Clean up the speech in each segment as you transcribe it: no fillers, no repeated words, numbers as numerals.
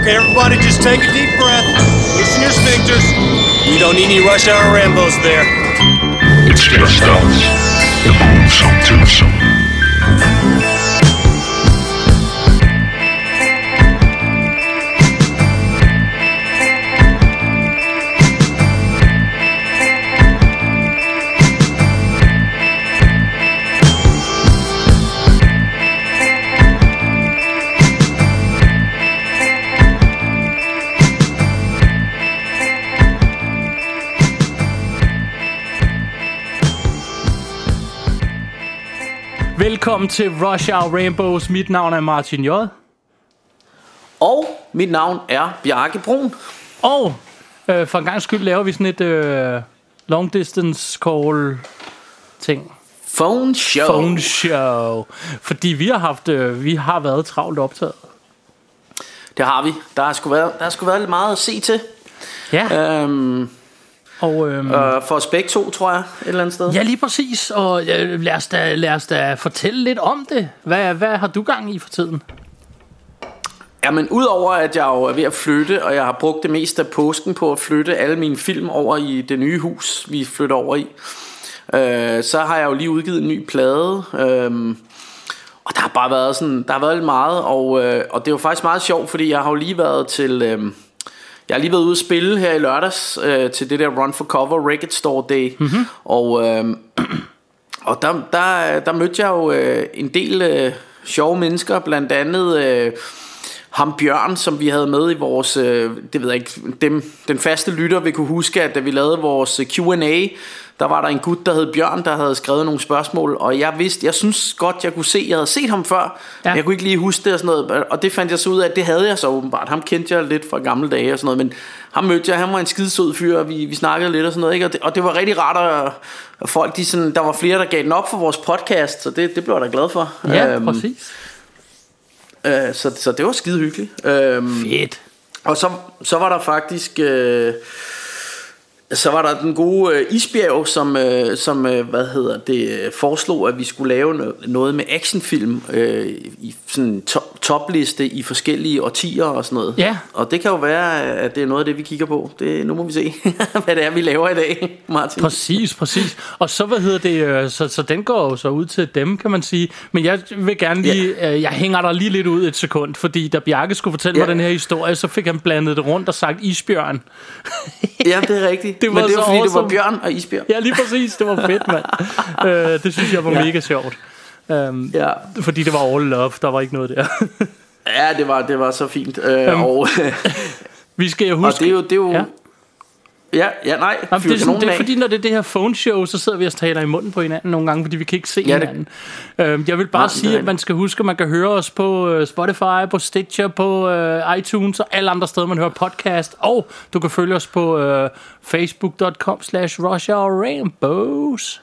Okay, everybody just take a deep breath. Loosen your sphincters. We don't need any rush hour Rambos there. It's just us. The Boomsome Twosome. Velkommen til Rush Hour Rambos. Mit navn er Martin J. Og mit navn er Bjarke Brun. Og for en gang skyld laver vi sådan et long distance call ting. Phone show. Fordi vi har været travlt optaget. Det har vi. Der har sgu været lidt meget at se til. Ja. For os begge to, tror jeg, et eller andet sted. Ja, lige præcis. Og lad os da fortælle lidt om det. Hvad har du gang i for tiden? Jamen, udover at jeg jo er ved at flytte, og jeg har brugt det meste af påsken på at flytte alle mine film over i det nye hus, vi flytter over i, så har jeg jo lige udgivet en ny plade. Og der har bare været sådan, der har været lidt meget, og det er jo faktisk meget sjovt, fordi jeg har jo lige været til... Jeg har lige været ude at spille her i lørdags til det der Run for Cover Record Store Day. Mm-hmm. Og der mødte jeg jo en del sjove mennesker. Blandt andet ham Bjørn, som vi havde med i vores det ved jeg ikke, den faste lytter vil kunne huske, at da vi lavede vores Q&A, der var der en gut, der hed Bjørn, der havde skrevet nogle spørgsmål. Og jeg synes godt, jeg kunne se, jeg havde set ham før, ja. Jeg kunne ikke lige huske det og sådan noget. Og det fandt jeg så ud af, at det havde jeg så åbenbart. Ham kendte jeg lidt fra gamle dage og sådan noget. Men ham mødte jeg, han var en skidesød fyr, og vi snakkede lidt og sådan noget, ikke? Og det var rigtig rart, at folk, der var flere, der gav den op for vores podcast. Så det blev jeg da glad for. Ja, præcis. Så det var skide hyggeligt. Fedt. Og så var der faktisk... Så var der den gode Isbjerg, som foreslog, at vi skulle lave noget med actionfilm i sådan en topliste i forskellige årtier og sådan noget. Ja. Og det kan jo være, at det er noget af det, vi kigger på. Nu må vi se, hvad det er, vi laver i dag, Martin. Præcis. Og så så den går jo så ud til dem, kan man sige. Men jeg vil gerne lige, jeg hænger der lige lidt ud et sekund, fordi da Bjarke skulle fortælle mig den her historie, så fik han blandet det rundt og sagt Isbjørn. Ja, det er rigtigt. Det var fordi awesome. Det var Bjørn og Isbjørn. Ja, lige præcis. Det var fedt, mand. Det synes jeg var mega sjovt. Fordi det var all love. Der var ikke noget der. Ja, det var så fint. Og vi skal jo huske. Og det er jo Ja, nej. Jamen, det er fordi, når det er det her phone show, så sidder vi og taler i munden på hinanden nogle gange, fordi vi kan ikke se hinanden. Jeg vil bare sige, at man skal huske, at man kan høre os på Spotify, på Stitcher, på iTunes og alle andre steder, man hører podcast. Og du kan følge os på facebook.com/RushHourRambos.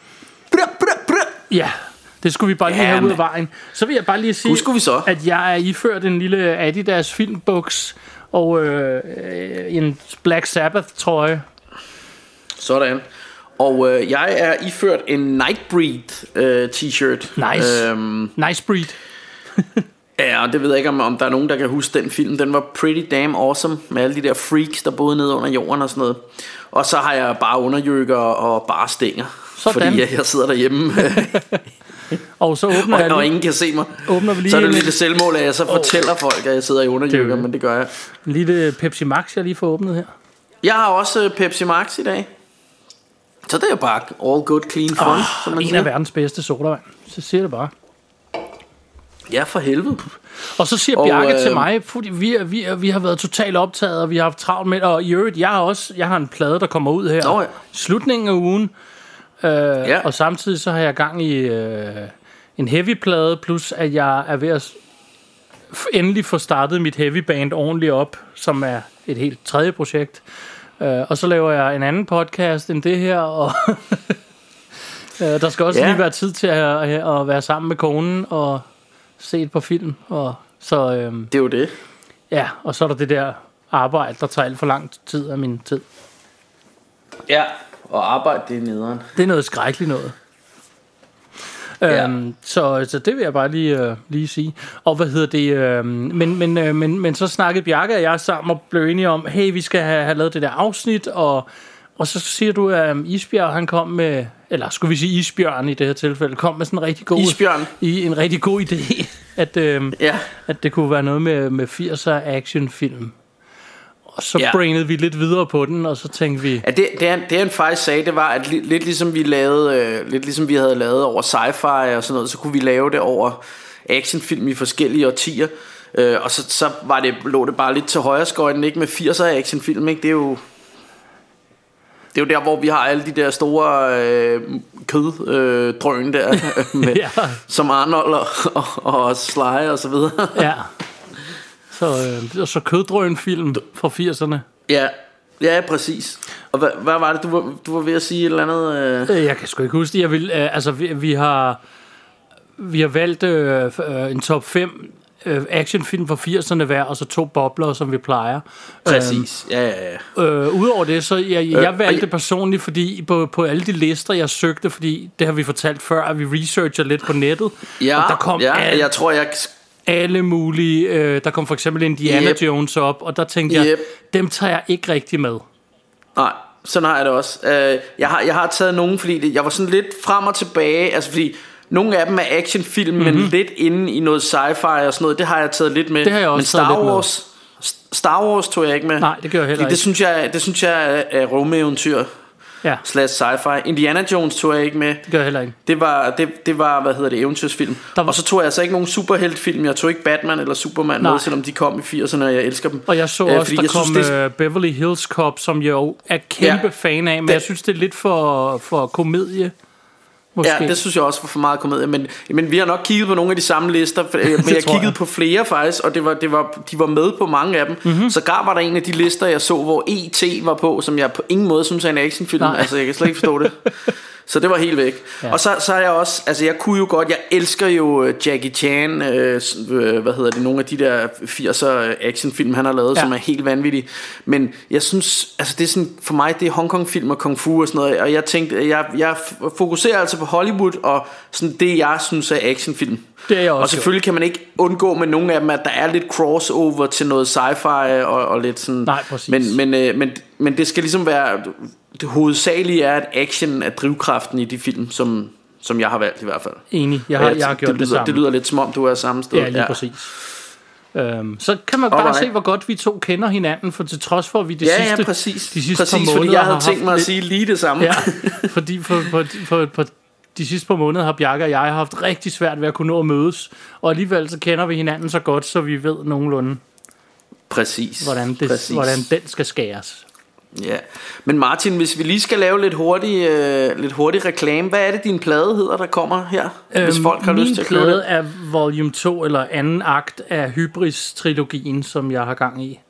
Ja, det skulle vi bare lige have ud af vejen. Så vil jeg bare lige sige, at jeg er iført en lille Adidas filmbuks og en Black Sabbath trøje. Sådan. Og jeg er iført en Nightbreed t-shirt. Nice. Nightbreed. Ja, og det ved jeg ikke om der er nogen der kan huske den film. Den var pretty damn awesome, med alle de der freaks der boede nede under jorden og sådan noget. Og så har jeg bare underjykker og bare stænger. Sådan. Fordi jeg sidder derhjemme. Og så åbner jeg og ingen kan se mig. Så er det lidt selvmål af, at jeg så fortæller folk, at jeg sidder i underjykker, men det gør jeg. En lille Pepsi Max, jeg lige får åbnet her. Jeg har også Pepsi Max i dag. Så det er jo bare all good, clean fun, som man siger. En af verdens bedste sodavand. Så siger det bare. Ja, for helvede. Og så siger Bjarke til mig, fordi vi har været totalt optaget, og vi har haft travlt med, og i øvrigt, jeg har en plade, der kommer ud her slutningen af ugen. Og samtidig så har jeg gang i en heavy plade, plus at jeg er ved at endelig få startet mit heavy band ordentligt op, som er et helt tredje projekt. Og så laver jeg en anden podcast end det her, og der skal også lige være tid til at være sammen med konen og se et par film. Og så, det er jo det. Ja, og så er der det der arbejde, der tager alt for lang tid af min tid. Ja, og arbejde, det er nederen. Det er noget skrækkeligt noget. Så det vil jeg bare lige sige. Og hvad hedder det? Men så snakkede Bjarke og jeg sammen og blev enige om, hey, vi skal have lavet det der afsnit, og så siger du, at Isbjerg, han kom med, eller skulle vi sige Isbjørn i det her tilfælde, kom med sådan en rigtig god, en rigtig god idé, at det kunne være noget med 80'er actionfilm. Og så brainede vi lidt videre på den, og så tænkte vi... Ja, det han faktisk sagde, det var, at lidt ligesom vi havde lavet over sci-fi og sådan noget, så kunne vi lave det over actionfilm i forskellige årtier. Og så lå det bare lidt til højre skøjten, ikke, med 80'er actionfilm, ikke? Det er jo der, hvor vi har alle de der store køddrøn der, med, som Arnold og Sly og så videre. Ja. Så køddrøn-film fra 80'erne. Ja, præcis. Og hvad var det, du var ved at sige et eller andet? Jeg kan sgu ikke huske det. Jeg vil, vi har valgt en top 5 actionfilm fra 80'erne hver, og så 2 bobler, som vi plejer. Præcis, ja. Udover det, så jeg valgte personligt, fordi på alle de lister, jeg søgte, fordi det har vi fortalt før, at vi researcher lidt på nettet. Ja, og der kom jeg tror, alle mulige, der kom for eksempel Indiana Jones op, og der tænkte jeg, dem tager jeg ikke rigtig med. Nej, sådan har jeg det også. Jeg har taget nogen, fordi jeg var sådan lidt frem og tilbage, altså fordi nogle af dem er actionfilm, men lidt inde i noget sci-fi og sådan noget, det har jeg taget lidt med. Det har jeg også men Star Wars tog jeg ikke med. Nej, det gør jeg heller ikke. Det synes jeg er rumeventyr. Slash sci-fi. Indiana Jones tog jeg ikke med. Det gør jeg heller ikke. Det var eventyrsfilm. Og så tog jeg altså ikke nogen superheltfilm. Jeg tog ikke Batman eller Superman med, selvom de kom i 80'erne, og jeg elsker dem. Og jeg så også, der kom Beverly Hills Cop, som jeg jo er kæmpe fan af, men jeg synes, det er lidt for komedie. Måske. Ja, det synes jeg også var for meget komedie. Men vi har nok kigget på nogle af de samme lister. Men jeg kiggede på flere faktisk, og de var med på mange af dem. Sågar var der en af de lister, jeg så, hvor E.T. var på, som jeg på ingen måde synes er en actionfilm. Altså, jeg kan slet ikke forstå det. Så det var helt væk. Og så er jeg også, altså jeg kunne jo godt, jeg elsker jo Jackie Chan, nogle af de der 80'er actionfilm han har lavet, som er helt vanvittige. Men jeg synes, altså det er sådan, for mig det er Hongkong film og kung fu og sådan noget, og jeg tænkte, jeg fokuserer altså på Hollywood og sådan det jeg synes er actionfilm. Det er jeg også. Og selvfølgelig kan man ikke undgå med nogle af dem, at der er lidt crossover til noget sci-fi og lidt sådan. Nej, præcis. Men det skal ligesom være, det hovedsagelige er, at action er drivkraften i de film, som jeg har valgt i hvert fald. Enig, jeg har gjort det samme. Det lyder lidt som om du er samme sted. Ja, lige præcis. Så kan man bare se, hvor godt vi to kender hinanden, for til trods for, at vi de sidste par måneder fordi jeg havde tænkt mig at sige lige det samme. Ja, fordi for de sidste par måneder har Bjarke og jeg haft rigtig svært ved at kunne nå at mødes, og alligevel så kender vi hinanden så godt, så vi ved nogenlunde hvordan den skal skæres. Ja, men Martin, hvis vi lige skal lave lidt hurtig reklame, hvad er det din plade hedder, der kommer her, hvis folk har lyst til at købe det? Min plade er volume 2 eller anden akt af Hybris-trilogien, som jeg har gang i.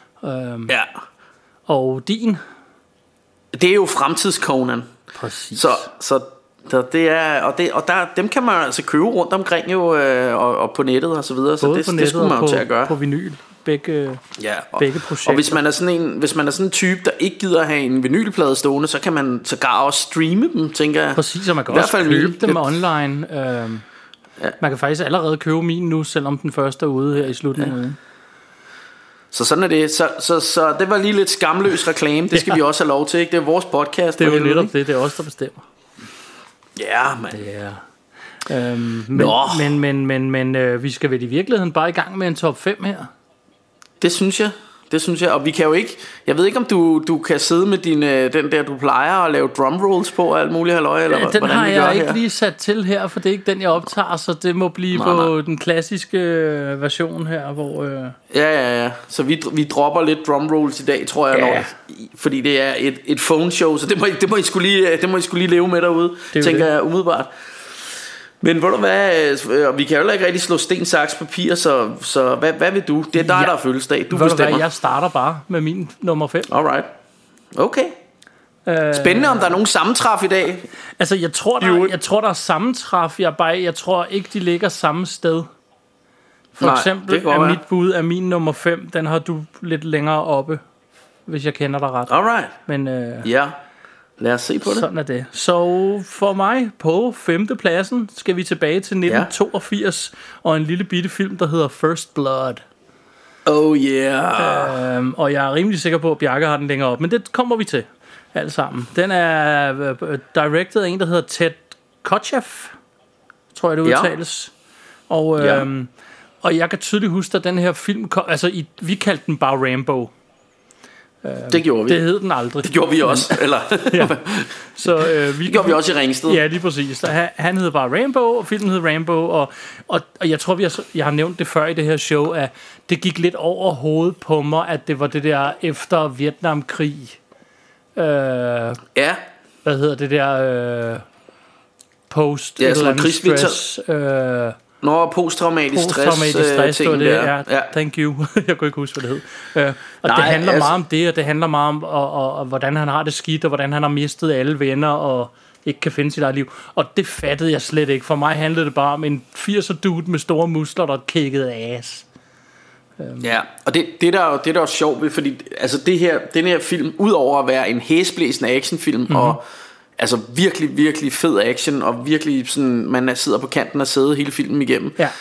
Og din? Det er jo Fremtids-Conan. Præcis. Så det er, og dem kan man altså købe rundt omkring jo, og på nettet og så videre. Både så det skulle man jo til at gøre. På vinyl. Begge projekter. Og hvis man er sådan en type, der ikke gider at have en vinylplade stående, så kan man sågar også streame dem, tænker jeg. Præcis, og man kan også købe dem online. Man kan faktisk allerede købe min nu, selvom den første er ude her i slutningen af ugen. Så sådan er det. Så det var lige lidt skamløs reklame. Det skal vi også have lov til, ikke? Det er vores podcast. Det er jo netop det. Det er os, der bestemmer. Ja, mand. Men vi skal vel i virkeligheden bare i gang med en top 5 her. Det synes jeg. Og vi kan jo ikke, jeg ved ikke om du kan sidde med den der du plejer at lave drum rolls på og alt muligt halløj, eller den har jeg ikke lige sat til her, for det er ikke den jeg optager, så det må blive på den klassiske version her, hvor Ja. Så vi dropper lidt drum rolls i dag, tror jeg, fordi det er et phone show, så det må I skulle lige leve med derude, tænker jeg umiddelbart. Men ved du hvad, vi kan jo ikke rigtig slå sten, saks, papir, så hvad vil du? Det er dig, der er fødselsdag. Du bestemmer. Jeg starter bare med min nummer 5. Alright. Okay. Spændende, om der er nogen sammentræf i dag. Altså, jeg tror, der er sammentræf. Jeg tror ikke, de ligger samme sted. For eksempel er mit bud af min nummer 5, den har du lidt længere oppe, hvis jeg kender dig ret. Alright. Men, Lad os se på det. Sådan er det. Så for mig på 5. pladsen skal vi tilbage til 1982 og en lille bitte film, der hedder First Blood. Oh yeah. Og jeg er rimelig sikker på, at Bjarke har den længere op, men det kommer vi til alt sammen. Den er directed af en, der hedder Ted Kotcheff, tror jeg det udtales. Og jeg kan tydeligt huske, at den her film kom, altså vi kaldte den bare Rambo. Det gjorde vi. Det hed den aldrig. Det gjorde vi også. Eller ja. Så det gjorde vi også i Ringsted. Ja, lige præcis. Han hed bare Rambo, og filmen hed Rambo, og jeg tror jeg har nævnt det før i det her show, at det gik lidt over hovedet på mig, at det var det der efter Vietnamkrig. Ja. Hvad hedder det der post? Ja, sådan krigsstress. Posttraumatisk stress ting det der. Ja, thank you. Jeg kunne ikke huske, hvad det hed. Og det handler meget om det, og det handler meget om og hvordan han har det skidt, og hvordan han har mistet alle venner, og ikke kan finde sit eget liv. Og det fattede jeg slet ikke. For mig handlede det bare om en 80'er dude med store muskler, der kiggede ass. Ja, og det der er sjovt ved, fordi altså den her film, udover at være en hæsblæsende actionfilm, og altså virkelig, virkelig fed action, og virkelig sådan, man sidder på kanten og sidder hele filmen igennem. Ja.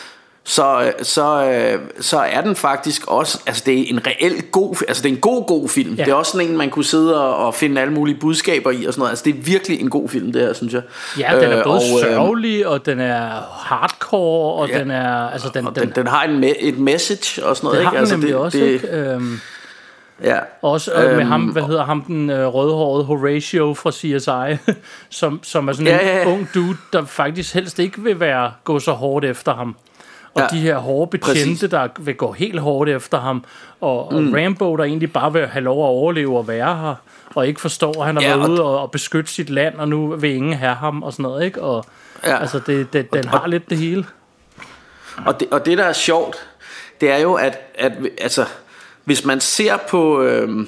Så er den faktisk også, altså det er en reelt god, altså det er en god film. Ja. Det er også sådan en, man kunne sidde og finde alle mulige budskaber i og sådan noget. Altså det er virkelig en god film, det her, synes jeg. Ja, den er både sørgelig, og den er hardcore, og den er, altså den har et message og sådan noget, det ikke? Har altså det også, ikke? Ja. Også med ham, hvad hedder ham, den rødhårede Horatio fra CSI, som er sådan en ung dude, der faktisk helst ikke vil gå så hårdt efter ham. Og de her hårde betjente, der vil gå helt hårdt efter ham. Og Rambo, der egentlig bare vil have lov at overleve og være her, og ikke forstår, at han har været ude og beskytte sit land, og nu vil ingen have ham og sådan noget, ikke? Og altså, den har lidt det hele. Og det der er sjovt, det er jo, at altså, hvis man ser på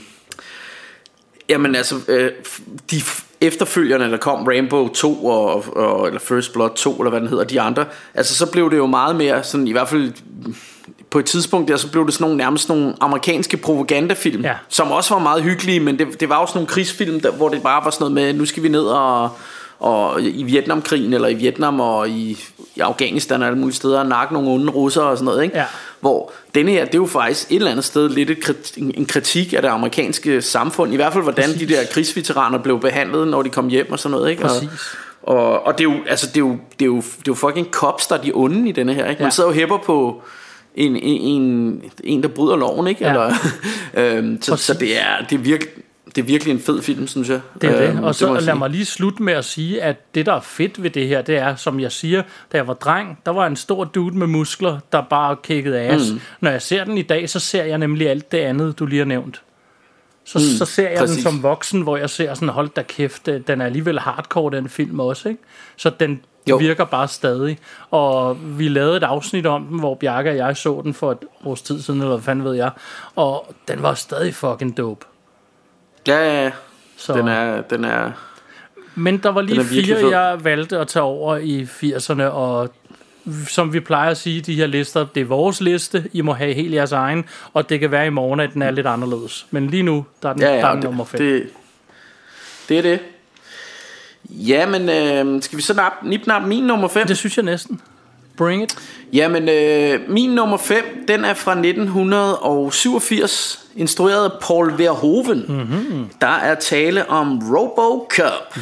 de efterfølgerne, der kom Rambo 2 og eller First Blood 2 eller hvad den hedder, de andre, altså så blev det jo meget mere sådan, i hvert fald på et tidspunkt der, så blev det sådan nogle, nærmest nogle amerikanske propagandafilm, som også var meget hyggelige, men det var jo sådan nogle krigsfilm, hvor det bare var sådan noget med, nu skal vi ned og i Vietnamkrigen, eller i Vietnam og i Afghanistan og alle mulige steder, og nakke nogle onde russere og sådan noget, ikke? Ja. Hvor denne her, det er jo faktisk et eller andet sted lidt en kritik af det amerikanske samfund, i hvert fald hvordan de der krigsveteraner blev behandlet, når de kom hjem og sådan noget, ikke? Og det er jo, altså det er jo fucking cops, der er de onde i denne her, ikke? Man sidder jo hæpper på en der bryder loven, ikke? Ja. Eller, så det er virkelig en fed film, synes jeg. Det er det. Og så lad mig lige slutte med at sige, at det der er fedt ved det her, det er, som jeg siger, da jeg var dreng, der var en stor dude med muskler, der bare kiggede ass. Når jeg ser den i dag, så ser jeg nemlig alt det andet, du lige har nævnt. Så ser jeg den som voksen, hvor jeg ser sådan, hold da kæft, den er alligevel hardcore, den film også, ikke? Så den virker bare stadig. Og vi lavede et afsnit om den, hvor Bjarke og jeg så den for et års tid siden, eller hvad fanden ved jeg, og den var stadig fucking dope. Ja. Så. Den er. Men der var lige 4, jeg valgte at tage over i 80'erne, og som vi plejer at sige, de her lister, det er vores liste, I må have helt jeres egen, og det kan være i morgen, at den er lidt anderledes. Men lige nu, der er den nummer 5. Det er det. Ja, men skal vi så nippe min nummer 5? Det synes jeg næsten. Bring it. Jamen, min nummer 5, den er fra 1987, instrueret af Paul Verhoeven. Der er tale om RoboCop.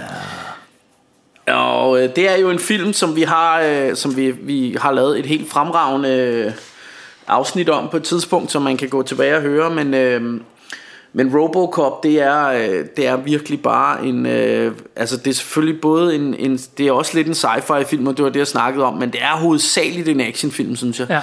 Og det er jo en film, som vi har lavet et helt fremragende afsnit om på et tidspunkt, som man kan gå tilbage og høre. Men RoboCop, det er virkelig bare en, altså det er selvfølgelig både det er også lidt en sci-fi film, og det var det jeg snakkede om, men det er hovedsageligt en actionfilm, synes jeg.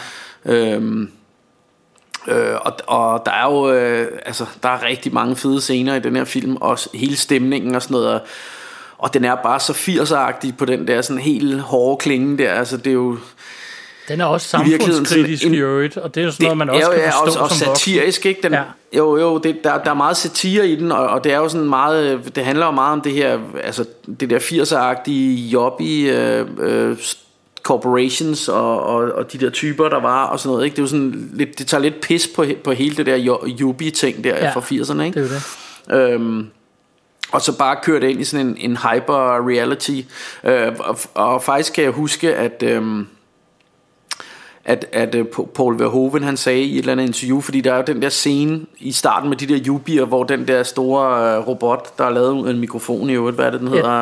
Og der er jo altså der er rigtig mange fede scener i den her film, også hele stemningen og sådan noget, og den er bare så 80'er-agtig på den der sådan helt hårde klinge der, altså det er jo. Den er også samfundskritisk i øvrigt, og det er jo sådan noget, man også kan forstå og som satirisk, ikke? Jo, der er meget satire i den, og det er jo sådan meget, det handler jo meget om det her, altså det der 80'er-agtige jobbie corporations og de der typer, der var, og sådan noget, ikke? Det er jo sådan lidt, det tager lidt pis på hele det der yuppie ting der fra 80'erne, ikke? Det er jo det. og så bare kørt ind i sådan en hyper reality. Og faktisk kan jeg huske, at Paul Verhoeven han sagde i et eller andet interview, fordi der er jo den der scene i starten med de der Yubier, hvor den der store robot, der er lavet ud af en mikrofon i øvrigt, hvad er det den hedder?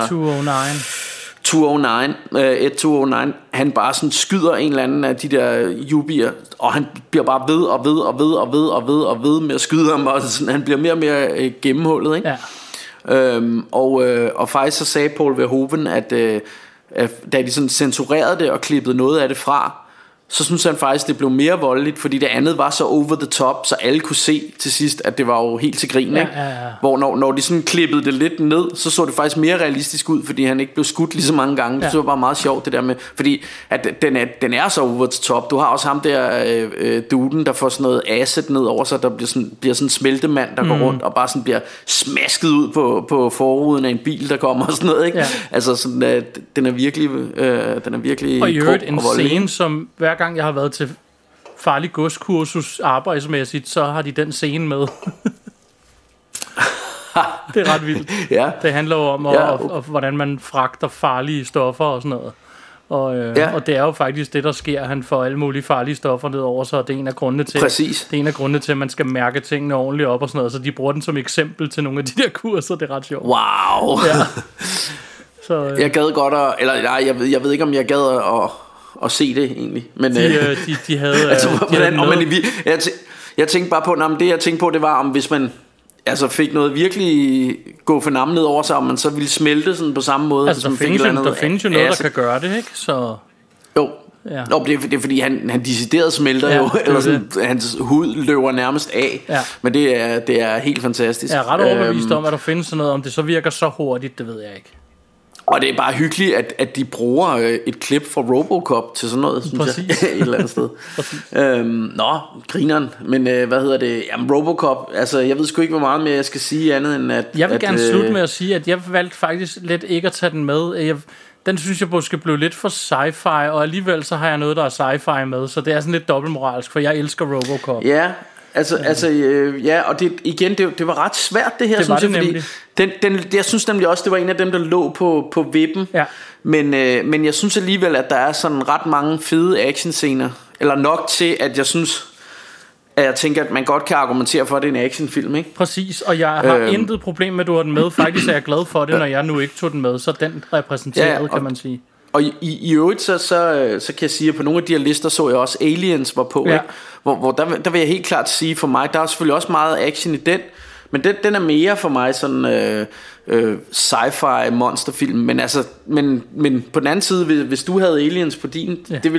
209, han bare sådan skyder en eller anden af de der Yubier, og han bliver bare ved med at skyde ham, og sådan, han bliver mere og mere gennemhullet, ikke? Ja. Og faktisk så sagde Paul Verhoeven, at da de sådan censurerede det og klippede noget af det fra, så synes han faktisk det blev mere voldeligt, fordi det andet var så over the top, så alle kunne se til sidst, at det var jo helt til grin, ikke? Ja. Hvor når de sådan klippede det lidt ned, så det faktisk mere realistisk ud, fordi han ikke blev skudt lige så mange gange. Det var bare meget sjovt det der med, fordi at den er så over the top. Du har også ham der duden, der får sådan noget acid ned over sig, der bliver sådan en smeltemand, der går rundt og bare sådan bliver smasket ud på forruden af en bil, der kommer og sådan noget, ikke? Ja. Altså sådan, den er virkelig og i øvrigt en scene, som hver gang jeg har været til farlig godskursus arbejdsmæssigt, så har de den scene med. Det er ret vildt. Ja. Det handler jo om og hvordan man fragter farlige stoffer og sådan noget. Og det er jo faktisk det, der sker. Han får alle mulige farlige stoffer ned over sig, og det er en af grundene til, at man skal mærke tingene ordentligt op og sådan noget. Så de bruger den som eksempel til nogle af de der kurser. Det er ret sjovt. Wow. Ja. Så, jeg gad godt jeg ved ikke om jeg gad at se det egentlig, men de havde altså, jeg tænkte bare på, det jeg tænkte på, det var om hvis man altså fik noget virkelig gå for navn ned over sig, om man så ville smelte sådan på samme måde. Altså der findes jo noget der kan gøre det, ikke? Så jo. Ja. Nå, det er fordi han decideret smelter jo, eller sådan, hans hud løber nærmest af. Ja. Men det er helt fantastisk. Jeg er ret overbevist om, at der findes sådan noget. Om det så virker så hurtigt, det ved jeg ikke. Og det er bare hyggeligt, at de bruger et klip fra Robocop til sådan noget, synes jeg, et eller andet sted. Grineren. Men hvad hedder det? Jamen Robocop, altså jeg ved sgu ikke, hvor meget mere jeg skal sige andet end at... Jeg vil gerne slutte med at sige, at jeg valgte faktisk lidt ikke at tage den med. Den synes jeg måske blev lidt for sci-fi, og alligevel så har jeg noget, der er sci-fi med, så det er sådan lidt dobbeltmoralsk, for jeg elsker Robocop. Ja, og det igen, det var ret svært det her, det synes jeg, fordi jeg synes nemlig også, det var en af dem, der lå på vippen. Ja. Men jeg synes alligevel, at der er sådan ret mange fede actionscener, eller nok til, at jeg synes, at jeg tænker, at man godt kan argumentere for, at det er en actionfilm, ikke? Præcis, og jeg har intet problem med, at du har den med. Faktisk er jeg glad for det, når jeg nu ikke tog den med, så den repræsenteret, kan man sige. Og i øvrigt så kan jeg sige, at på nogle af de her lister så jeg også Aliens var på, ikke? Hvor der vil jeg helt klart sige, for mig, der er selvfølgelig også meget action i den, men den er mere for mig sådan sci-fi monsterfilm. Men på den anden side, hvis du havde Aliens på din,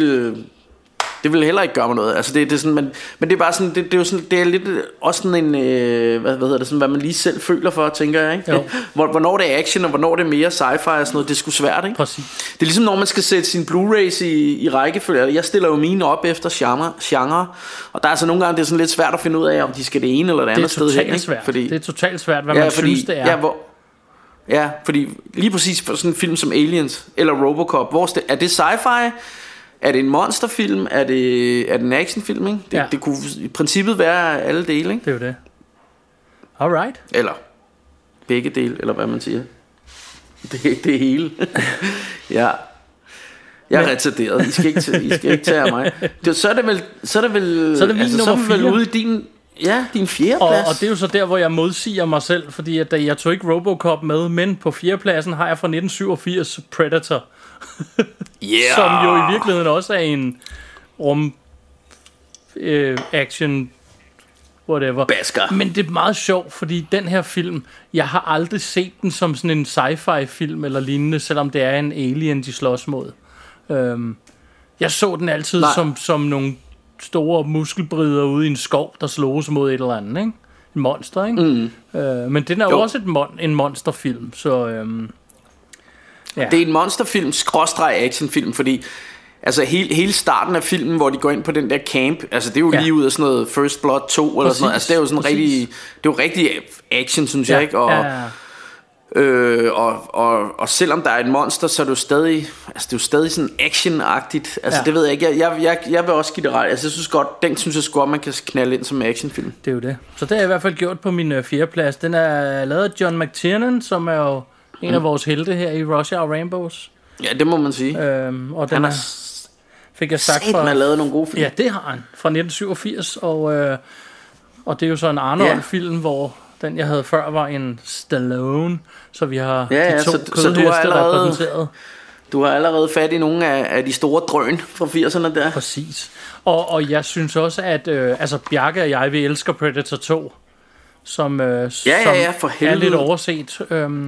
det ville heller ikke gøre mig noget. Altså det er sådan, men det er bare sådan, det er jo sådan, det er lidt også sådan en hvad hedder det, sådan hvad man lige selv føler for, tænker jeg, ikke? Hvornår det er action og hvornår det er mere sci-fi og sådan noget, det er sgu svært, ikke? Præcis. Det er ligesom når man skal sætte sin Blu-rays i rækkefølge. Jeg stiller jo mine op efter genre, og der er altså nogle gange det er sådan lidt svært at finde ud af, om de skal det ene eller det andet sted hen, ikke? Fordi det er totalt svært, hvad man synes det er. Ja, fordi lige præcis for sådan en film som Aliens eller Robocop, er det sci-fi? Er det en monsterfilm? Er det en actionfilm, ikke? Det kunne i princippet være alle dele, ikke? Det er jo det. Alright. Eller begge dele, eller hvad man siger. Det hele. Ja. Jeg er retarderet. I skal ikke tage af mig. Så er det vel ude i din fjerde plads. Og det er jo så der, hvor jeg modsiger mig selv, fordi at jeg tog ikke Robocop med, men på fjerdepladsen har jeg fra 1987 Predator. Som jo i virkeligheden også er en action whatever. Basker. Men det er meget sjovt, fordi den her film, jeg har aldrig set den som sådan en sci-fi film eller lignende, selvom det er en alien de slås mod. Jeg så den altid som nogle store muskelbrider ude i en skov, der slås mod et eller andet, ikke? En monster, ikke? Men den er jo også en monsterfilm, så det er en monsterfilm / actionfilm, fordi altså hele starten af filmen, hvor de går ind på den der camp, altså det er jo lige ud af sådan noget First Blood 2 eller sådan noget. Altså det er jo sådan rigtig, det er jo rigtig action, synes jeg, ikke? Og Og selvom der er et monster, så er det jo stadig, altså det er jo stadig sådan actionagtigt. Altså det ved jeg ikke. Jeg vil også give det ret. Altså jeg synes godt, den synes jeg sgu godt man kan knalde ind som actionfilm. Det er jo det. Så det har jeg i hvert fald gjort på min 4. plads. Den er lavet af John McTiernan, som er jo en af vores helte her i Rush Hour Rainbows. Ja, det må man sige. Og den fik jeg sagt for. Man lavet nogle gode film. Ja, det har han fra 1987, og det er jo så en Arnold-film, hvor den jeg havde før var en Stallone, så vi har de to kødheste repræsenteret. Du har allerede fat i nogle af de store drøn fra 80'erne der. Præcis. Og jeg synes også, at altså Bjarke og jeg, vi elsker Predator 2, som for er lidt overset.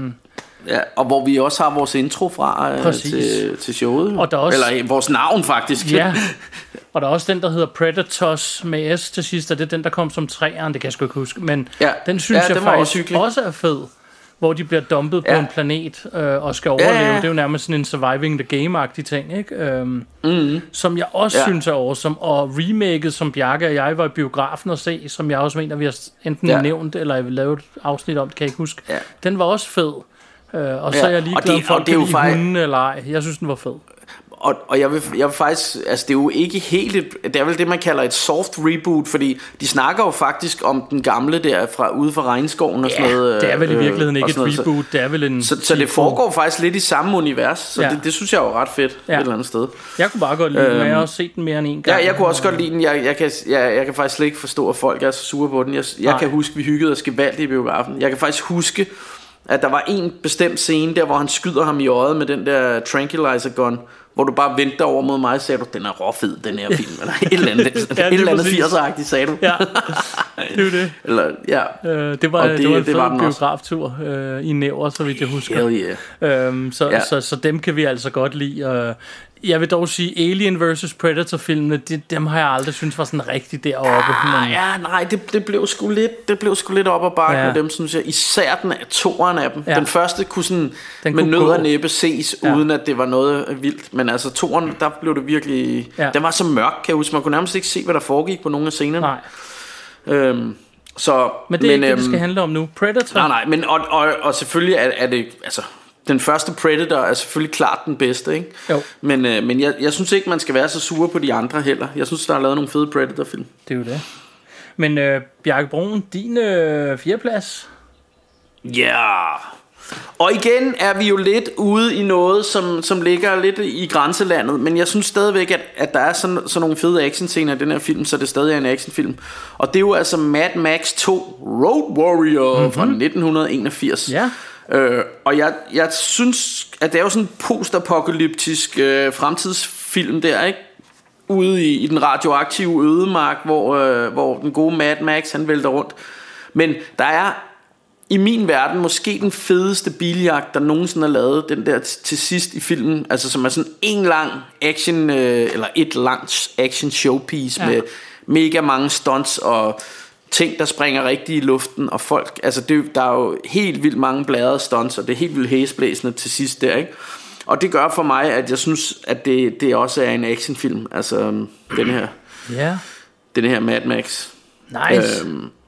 Ja, og hvor vi også har vores intro fra til showet. Og der også, eller vores navn faktisk. Ja, og der er også den, der hedder Predators med S til sidst, og det er den, der kom som 3'eren, det kan jeg sgu ikke huske. Men den synes jeg faktisk også er fed, hvor de bliver dumpet på en planet og skal overleve. Det er jo nærmest sådan en surviving the game-agtig ting, ikke? Som jeg også synes er awesome. Og remaket, som Bjarke og jeg var i biografen at se, som jeg også mener, vi har enten nævnt, eller lavet et afsnit om, det kan jeg ikke huske. Den var også fed. Og så er jeg lige glad for, at det er jo hunden eller ej. Jeg synes, den var fed. Og jeg vil faktisk, altså det er jo ikke helt, det er vel det man kalder et soft reboot, fordi de snakker jo faktisk om den gamle der ude fra regnskoven og sådan noget. Det er vel i virkeligheden ikke et reboot, det er vel en så det foregår faktisk lidt i samme univers, så det synes jeg er jo ret fedt et eller andet sted. Jeg kunne bare godt lide den, men jeg har også set den mere end en gang. Ja, jeg kunne også godt lide den. Jeg kan faktisk slet ikke forstå, at folk er så sure på den. Jeg kan huske, vi hyggede os gevaldigt i biografen. Jeg kan faktisk huske, at der var en bestemt scene der, hvor han skyder ham i øjet med den der tranquilizer gun, hvor du bare vendte over mod mig og sagde du, den er råfed, den her film, eller et eller andet, et eller andet 80'er-agtigt, sagde du. Ja, det var det. Eller, det var en fed biograftur i Næver, så vidt jeg husker. Hell yeah. Så dem kan vi altså godt lide. Jeg vil dog sige, Alien vs. Predator-filmene, dem har jeg aldrig synes var sådan rigtig deroppe. Nej, det blev sgu lidt op ad bakke med dem, synes jeg. Især toeren af dem. Den første kunne sådan med nød og næppe ses, uden at det var noget vildt. Men altså toeren, der blev det virkelig... Den var så mørk, kan jeg huske. Man kunne nærmest ikke se, hvad der foregik på nogle af scenerne. Nej. Men det er ikke det, det skal handle om nu. Predator. Nej, men og selvfølgelig er det... Altså, den første Predator er selvfølgelig klart den bedste, ikke? Jo. Men jeg synes ikke, man skal være så sur på de andre heller. Jeg synes, der er lavet nogle fede Predator-film. Det er jo det. Men Bjarke Bruun, din 4. plads? Ja. Og igen er vi jo lidt ude i noget, som ligger lidt i grænselandet. Men jeg synes stadigvæk, at der er sådan nogle fede actionscener i den her film, så det stadig er en actionfilm. Og det er jo altså Mad Max 2 Road Warrior fra 1981. Ja. Og jeg synes, at det er jo sådan en postapokalyptisk fremtidsfilm der, ikke? Ude i den radioaktive ødemark, hvor den gode Mad Max han vælter rundt. Men der er i min verden måske den fedeste biljagt, der nogensinde er lavet, den der til sidst i filmen, altså som er sådan en lang action, eller et langt action showpiece med mega mange stunts og ting, der springer rigtig i luften, og folk, altså der er jo helt vildt mange bladrede stunts, og det er helt vildt hæsblæsende til sidst der, ikke? Og det gør for mig, at jeg synes, at det også er en actionfilm, altså den her Mad Max. Nice.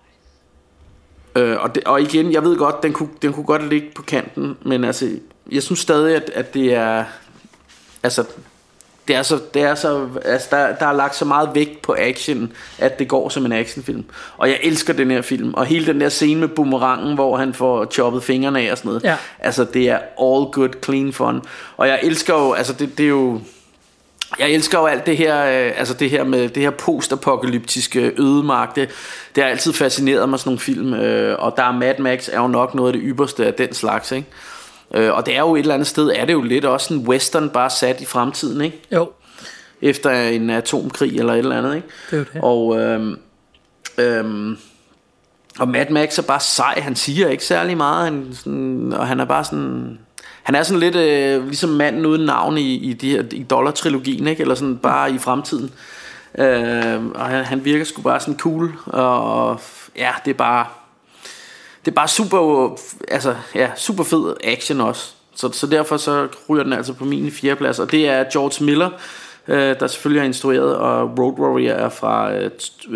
Og igen, jeg ved godt, den kunne godt ligge på kanten, men altså, jeg synes stadig, at det er, altså, det er så altså, der er lagt så meget vægt på action, at det går som en actionfilm. Og jeg elsker den her film. Og hele den der scene med boomerangen, hvor han får choppet fingrene af og sådan noget. Ja. Altså det er all good, clean fun. Og jeg elsker jo, altså det er jo, jeg elsker jo alt det her, altså det her med det her postapokalyptiske ødemark. Det har altid fascineret mig, sådan nogle film. Og der er Mad Max er jo nok noget af det ypperste af den slags, ikke? Og det er jo et eller andet sted, er det jo lidt også en western bare sat i fremtiden, ikke? Jo. Efter en atomkrig eller et eller andet, ikke? Det er det. Og Mad Max er bare sej. Han siger ikke særlig meget, og han er bare sådan, han er sådan lidt ligesom manden uden navn i Dollar-trilogien, ikke? Eller sådan bare i fremtiden. Og han virker sgu bare sådan cool. Og ja, det er bare super, altså ja, super fed action også. Så derfor så ryger den altså på min 4. plads. Og det er George Miller, der selvfølgelig har instrueret, og Road Warrior er fra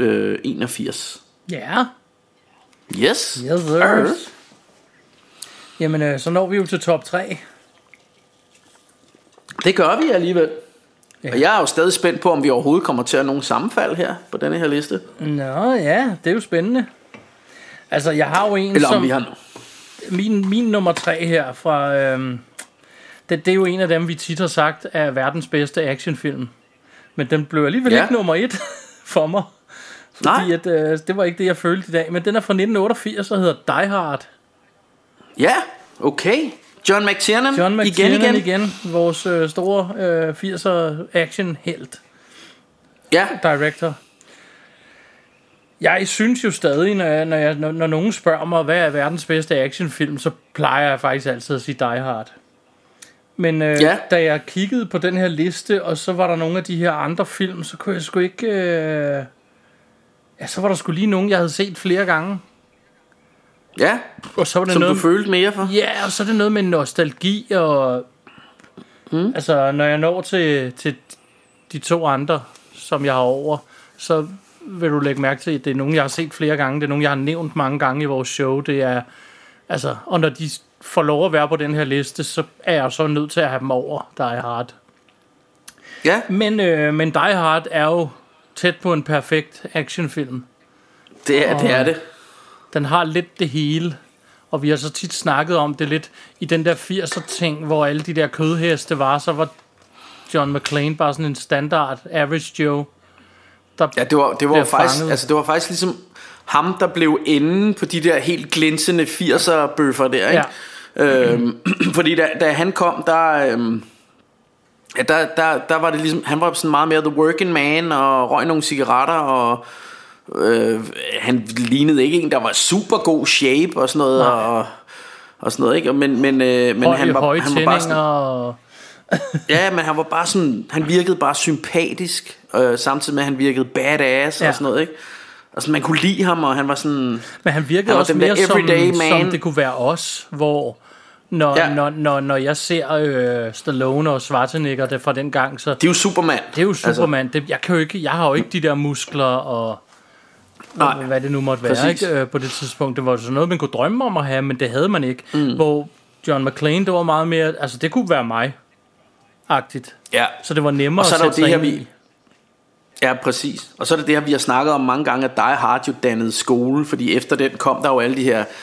81. Ja. Yes. Yes, sir. Jamen, så når vi jo til top 3. Det gør vi alligevel. Ja. Og jeg er jo stadig spændt på, om vi overhovedet kommer til at have nogen sammenfald her på denne her liste. Nå ja, det er jo spændende. Altså, jeg har jo en, eller som... om vi har... Min nummer 3 her fra... det er jo en af dem, vi tit har sagt er verdens bedste actionfilm. Men den blev alligevel ikke nummer 1 for mig. Fordi at, det var ikke det, jeg følte i dag. Men den er fra 1988 og hedder Die Hard. Ja, okay. John McTiernan igen. Vores store 80'er action-helt. Ja. Director. Jeg synes jo stadig, når nogen spørger mig, hvad er verdens bedste actionfilm, så plejer jeg faktisk altid at sige Die Hard. Men da jeg kiggede på den her liste, og så var der nogle af de her andre film, så kunne jeg sgu ikke... så var der sgu lige nogen, jeg havde set flere gange. Ja, og så var det som noget, du følte mere for. Ja, og så er det noget med nostalgi, og... Altså, når jeg når til de 2 andre, som jeg har over, så vil du lægge mærke til, at det er nogen, jeg har set flere gange. Det er nogen, jeg har nævnt mange gange i vores show. Det er... Altså, og når de får lov at være på den her liste, så er jeg så nødt til at have dem over Die Hard. Ja. Men Die Hard er jo tæt på en perfekt actionfilm. Det er det. Den har lidt det hele. Og vi har så tit snakket om det lidt i den der 80'er ting, hvor alle de der kødheste var, så var John McClane bare sådan en standard average Joe. Det var faktisk, altså det var faktisk ligesom ham, der blev enden på de der helt glinsende 80'er bøffer der, ikke? Ja. Fordi da han kom, der var det ligesom, han var sådan meget mere the working man og røg nogle cigaretter, og han lignede ikke en, der var super god shape og sådan noget, og sådan noget, ikke? Men han var bare sådan, ja, men han var bare sådan, han virkede bare sympatisk, samtidig med at han virkede badass og sådan noget, ikke? Altså man kunne lide ham, og han var sådan... Men han virkede også mere som det kunne være os, hvor når jeg ser Stallone og Schwarzenegger det fra den gang, så... Det er jo Superman. Det er jo Superman. Altså, jeg har jo ikke de der muskler og hvad det nu måtte være, ikke? På det tidspunkt. Det var sådan noget, man kunne drømme om at have, men det havde man ikke. Hvor John McClane, det var meget mere... Altså det kunne være mig-agtigt. Ja. Så det var nemmere at sætte sig ind i. Ja, præcis. Og så er det det her, vi har snakket om mange gange, at Die Hard jo dannede skole, fordi efter den kom der jo alle de her...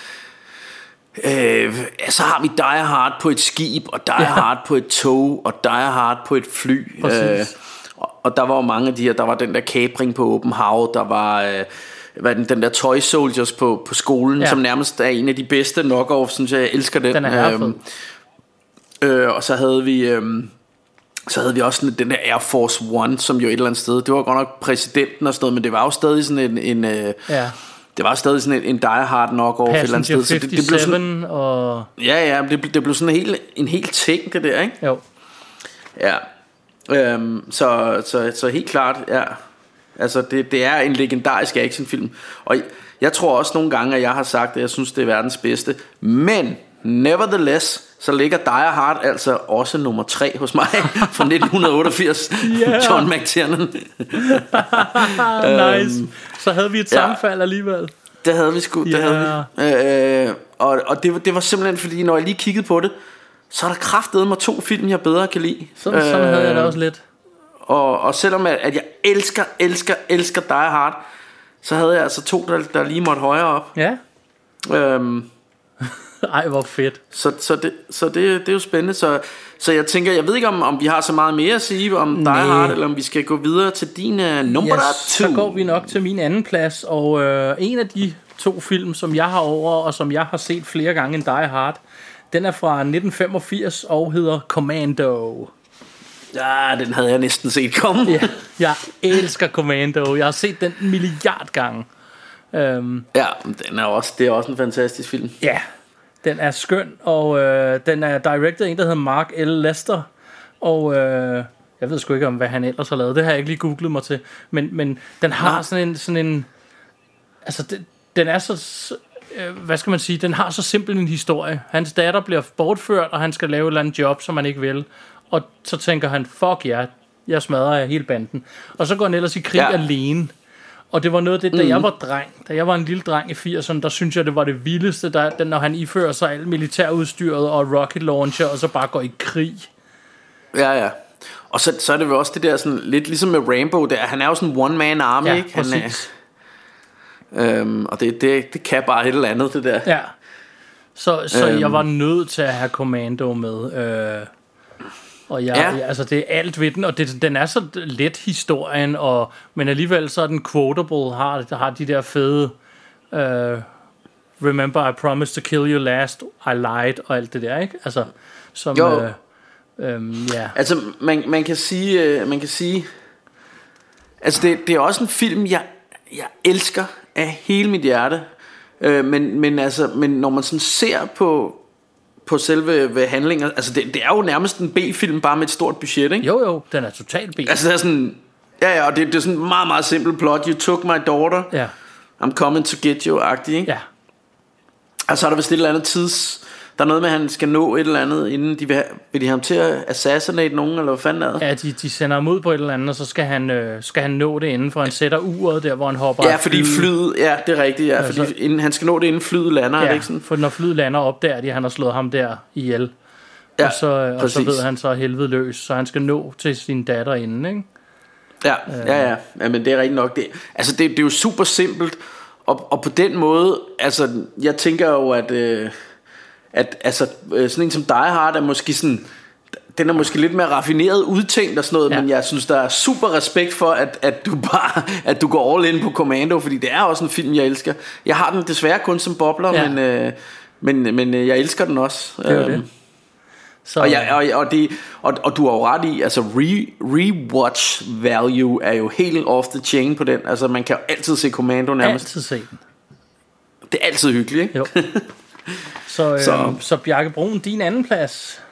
så har vi Die Hard på et skib, og Die Hard på et tog, og Die Hard på et fly. Og der var jo mange af de her, der var den der kapring på åben hav, der var... den der Toy Soldiers på skolen, som nærmest er en af de bedste knock-offs, synes jeg elsker den. Den er og så havde vi også den der Air Force One, som jo et eller andet sted, det var godt nok præsidenten og sådan noget, men det var jo stadig sådan det var stadig sådan en Die Hard knock-off et eller andet sted. Så det blev sådan, og... Ja, det blev sådan en helt ting, det der, ikke? Jo. Ja. Så helt klart, ja. Altså det er en legendarisk actionfilm. Og jeg tror også nogle gange, at jeg har sagt, at jeg synes, det er verdens bedste. Men nevertheless, så ligger Die Hard altså også nummer 3 hos mig fra 1988. John McTiernan. Nice. Så havde vi et sammenfald alligevel. Det havde vi sgu. Det havde vi. Og det var simpelthen fordi, når jeg lige kiggede på det, så er der kraftedeme 2 film, jeg bedre kan lide. Sådan havde jeg det også lidt. Og selvom at jeg elsker Die Hard, så havde jeg altså 2, der lige måtte højere op. Ja. Ej, hvor fedt. Så det er jo spændende. Så jeg tænker, jeg ved ikke om vi har så meget mere at sige om Die Hard, eller om vi skal gå videre til din nummer 2. Så går vi nok til min anden plads. Og en af de 2 film, som jeg har over, og som jeg har set flere gange end Die Hard, den er fra 1985 og hedder Commando. Ja, den havde jeg næsten set komme. Ja, jeg elsker Commando. Jeg har set den 1 milliard gange. Ja, det er også en fantastisk film. Ja, den er skøn, og den er directed af en, der hedder Mark L. Lester. Og jeg ved sgu ikke om, hvad han ellers har lavet. Det har jeg ikke lige googlet mig til. Men den har sådan en altså, den er så... hvad skal man sige? Den har så simpel en historie. Hans datter bliver bortført, og han skal lave et eller andet job, som han ikke vil. Og så tænker han, fuck ja, jeg smadrer hele banden. Og så går han ellers i krig alene. Og det var noget af det, da jeg var dreng, da jeg var en lille dreng i 80'erne, der synes jeg, det var det vildeste, når han ifører sig alt militærudstyret og rocket launcher, og så bare går i krig. Ja. Og så er det jo også det der sådan, lidt ligesom med Rambo, der, han er jo sådan en one-man army, ja, ikke? Og det kan bare et eller andet, det der. Ja. Så jeg var nødt til at have Commando med. Og altså det er alt ved den, og den er så let historien, men alligevel så er den quotable, har de der fede Remember I promised to kill you last, I lied og alt det der, ikke? Altså som altså man kan sige altså det er også en film jeg elsker af hele mit hjerte, men når man sådan ser på selve handlinger, altså det er jo nærmest en B-film bare med et stort budget, ikke? Jo, den er totalt B. Altså det er sådan, og det er sådan en meget, meget simpel plot. You took my daughter, I'm coming to get you-agtig, ikke? Ja. Og så er der vist et eller andet der er noget med, at han skal nå et eller andet, inden vil de have ham til at assassinate nogen, eller hvad fanden er det? Ja, de sender ham ud på et eller andet, og så skal han nå det inden, for han sætter uret der, hvor han hopper. Ja, fordi flyet, det er rigtigt, fordi han skal nå det, inden flyet lander, er det ikke sådan? For når flyet lander, opdager de, at han har slået ham der ihjel. Ja, og så ved han så helvede løs, så han skal nå til sin datter inden, ikke? Ja, men det er rigtigt nok. Det er jo super simpelt, og på den måde, altså, jeg tænker jo, at altså, sådan en som Die Hard er måske sådan, den er måske lidt mere raffineret udtænkt og sådan noget, men jeg synes der er super respekt for at du går all in på Commando, fordi det er også en film jeg elsker. Jeg har den desværre kun som bobler, men jeg elsker den også. Det er det. Så. Og du har jo ret i, altså rewatch value er jo helt off the chain på den. Altså man kan jo altid se Commando nærmest. Altid se den. Det er altid hyggeligt, ikke? Jo. Så Bjarke Brun, din anden plads.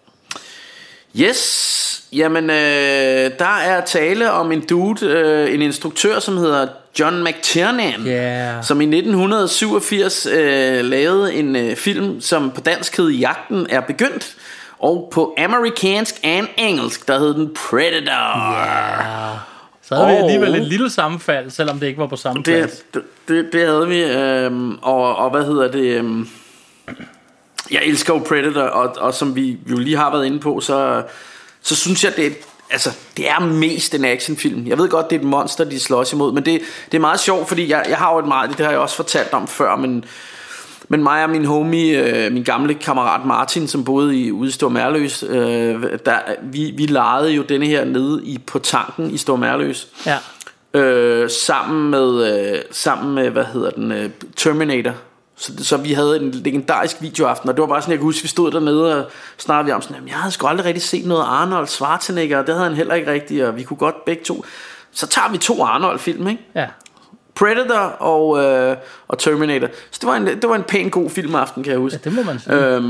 Yes. Jamen der er tale om en dude, en instruktør, som hedder John McTiernan, som i 1987 lavede en film, som på dansk hed Jagten er begyndt, og på amerikansk og engelsk der hed den Predator. Så havde vi alligevel et lille sammenfald, selvom det ikke var på samme plads. Det havde vi, og hvad hedder det? Jeg elsker jo Predator, og som vi jo lige har været inde på, så synes jeg det er mest en actionfilm. Jeg ved godt det er et monster de slås imod, men det er meget sjovt, fordi jeg har jo det har jeg også fortalt om før, men mig og min homie, min gamle kammerat Martin, som boede ude i Store Merløs, vi legede jo denne her nede på tanken i Store Merløs. Ja. Sammen med hvad hedder den, Terminator. Så vi havde en legendarisk videoaften, og det var bare sådan, jeg kan huske, vi stod dernede og snakkede vi om sådan, jeg havde sgu aldrig rigtig set noget Arnold Schwarzenegger, og det havde han heller ikke rigtigt, og vi kunne godt begge to. Så tager vi 2 Arnold-film, ikke? Ja. Predator og Terminator. Så det var en pæn god filmaften, kan jeg huske. Ja, det må man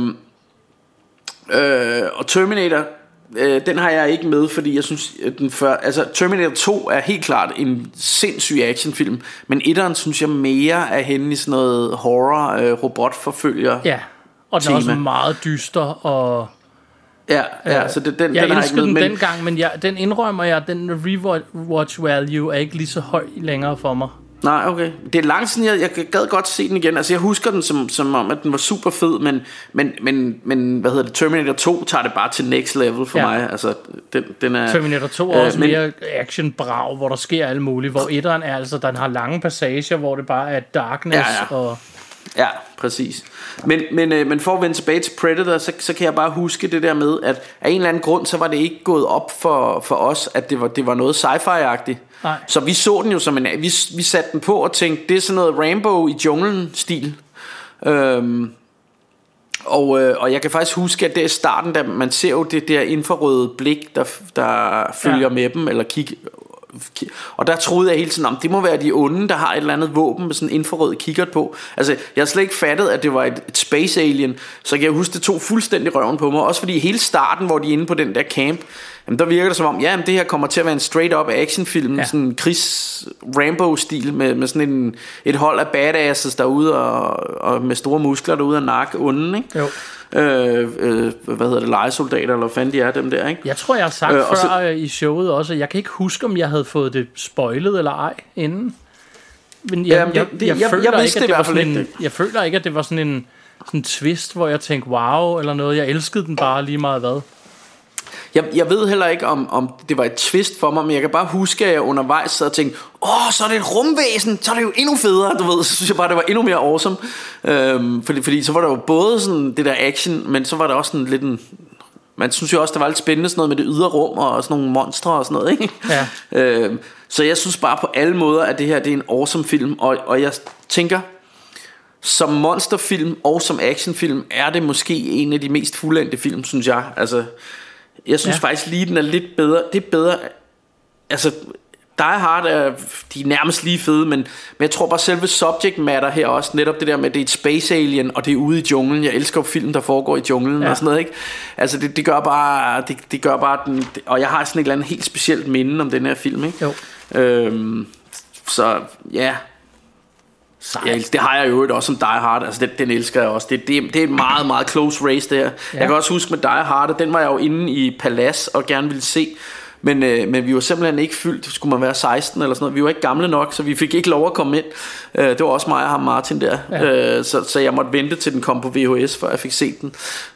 sige. Og Terminator, den har jeg ikke med, fordi jeg synes Terminator 2 er helt klart en sindssyg actionfilm, men 1'eren synes jeg mere er henne i sådan noget horror robotforfølger. Ja. Og den er også meget dyster og så den jeg har elskede ikke den dengang, men den indrømmer jeg, den rewatch value er ikke lige så høj længere for mig. Nej, okay. Det er langt siden jeg gad godt se den igen. Altså jeg husker den som om at den var super fed, men hvad hedder det, Terminator 2 tager det bare til next level for mig. Altså den er Terminator 2 er også mere action brav, hvor der sker alt muligt, hvor 1'eren er altså den har lange passager, hvor det bare er darkness og præcis. Men for at vende tilbage til Predator, så kan jeg bare huske det der med, at af en eller anden grund, så var det ikke gået op for os, at det var noget sci-fi-agtigt. Nej. Så vi så den jo som vi satte den på og tænkte, det er sådan noget Rambo i junglen-stil. Og jeg kan faktisk huske, at det er starten, da man ser jo det der infrarøde blik, der følger med dem, eller kigger. Og der troede jeg hele tiden om det må være de onde, der har et eller andet våben med sådan en infrarød kikkert på. Altså jeg har slet ikke fattet at det var et space alien. Så kan jeg huske det tog fuldstændig røven på mig. Også fordi hele starten hvor de er inde på den der camp, jamen, der virker det som om det her kommer til at være en straight up actionfilm, sådan en krigs Rambo stil med sådan et hold af badasses derude og med store muskler derude og nakke onden, ikke? Jo. Hvad hedder det, lejesoldater eller hvad fanden de er dem der, ikke? Jeg tror jeg har sagt før i showet også, jeg kan ikke huske om jeg havde fået det spoilet eller ej inden. Men jeg føler ikke, at det var sådan en twist, hvor jeg tænkte wow eller noget. Jeg elskede den bare lige meget hvad. Jeg ved heller ikke om det var et twist for mig, men jeg kan bare huske, at jeg undervejs sad og tænkte, så er det et rumvæsen, så er det jo endnu federe, du ved. Så synes jeg bare, det var endnu mere awesome. Fordi så var der jo både sådan det der action, men så var der også sådan lidt en... Man synes jo også, det var lidt spændende sådan noget med det ydre rum og sådan nogle monstre og sådan noget, ikke? Ja. Så jeg synes bare på alle måder, at det her det er en awesome film, og jeg tænker, som monsterfilm og som actionfilm er det måske en af de mest fuldendte film, synes jeg. Altså, jeg synes faktisk lige den er lidt bedre. Det er bedre. Altså, Die Hard de er nærmest lige fede, men jeg tror bare selve subject matter her også, netop det der med, at det er et space alien, og det er ude i junglen. Jeg elsker film, der foregår i junglen og sådan noget, ikke? Altså det gør bare, det gør bare den, og jeg har sådan et eller andet helt specielt minde om den her film, ikke? Jo. Så ja. Det har jeg jo også som Die Hard. Altså den elsker jeg også. Det er et meget, meget close race der. Jeg kan også huske med Die Hard, den var jeg jo inde i Palace og gerne ville se. Men vi var simpelthen ikke fyldt. Skulle man være 16 eller sådan noget. Vi var ikke gamle nok, så vi fik ikke lov at komme ind. Det var også mig og ham Martin der. Så jeg måtte vente til den kom på VHS, før jeg fik set den.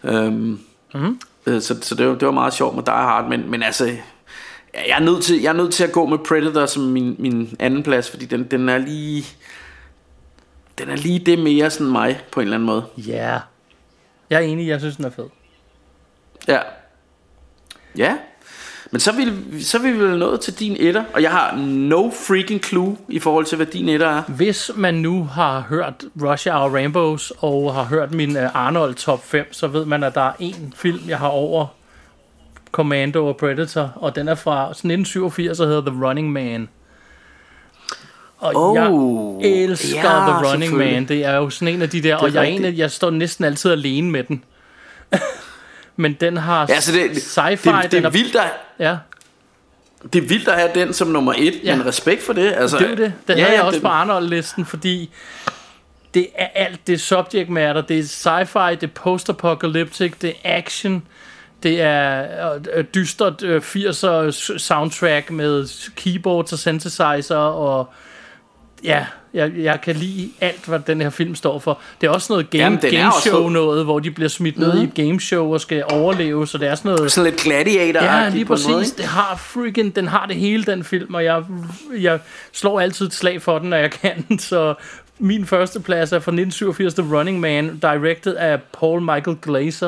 Så det var meget sjovt med Die Hard. Men altså, jeg er nødt til at gå med Predator som min anden plads, fordi den er lige... Den er lige det mere sådan mig på en eller anden måde. Ja. Yeah. Jeg er enig, jeg synes den er fed. Ja. Men så er vi vel nået til din etter. Og jeg har no freaking clue i forhold til hvad din etter er. Hvis man nu har hørt Rush Hour Rambos og har hørt min Arnold top 5, så ved man at der er en film jeg har over Commando og Predator. Og den er fra 1987 og hedder The Running Man. Og jeg elsker The Running Man. Det er jo sådan en af de der. Og jeg står næsten altid alene med den. Men den har sci-fi. Det er vildt Det er vildt at have den som nummer 1. Men respekt for det. Altså, det er det. Den havde jeg også på Arnold-listen, fordi det er alt. Det er subject matter. Det er sci-fi. Det er post-apocalyptic. Det er action. Det er dystert 80'er soundtrack med keyboards og synthesizer og jeg kan lide alt, hvad den her film står for. Det er også noget gameshow noget, hvor de bliver smidt ned i et gameshow og skal overleve, så det er sådan noget... Sådan lidt gladiator. Ja, lige præcis. Den har det hele, den film, og jeg slår altid et slag for den, når jeg kan. Så min første plads er fra 1987, The Running Man, directed af Paul Michael Glaser.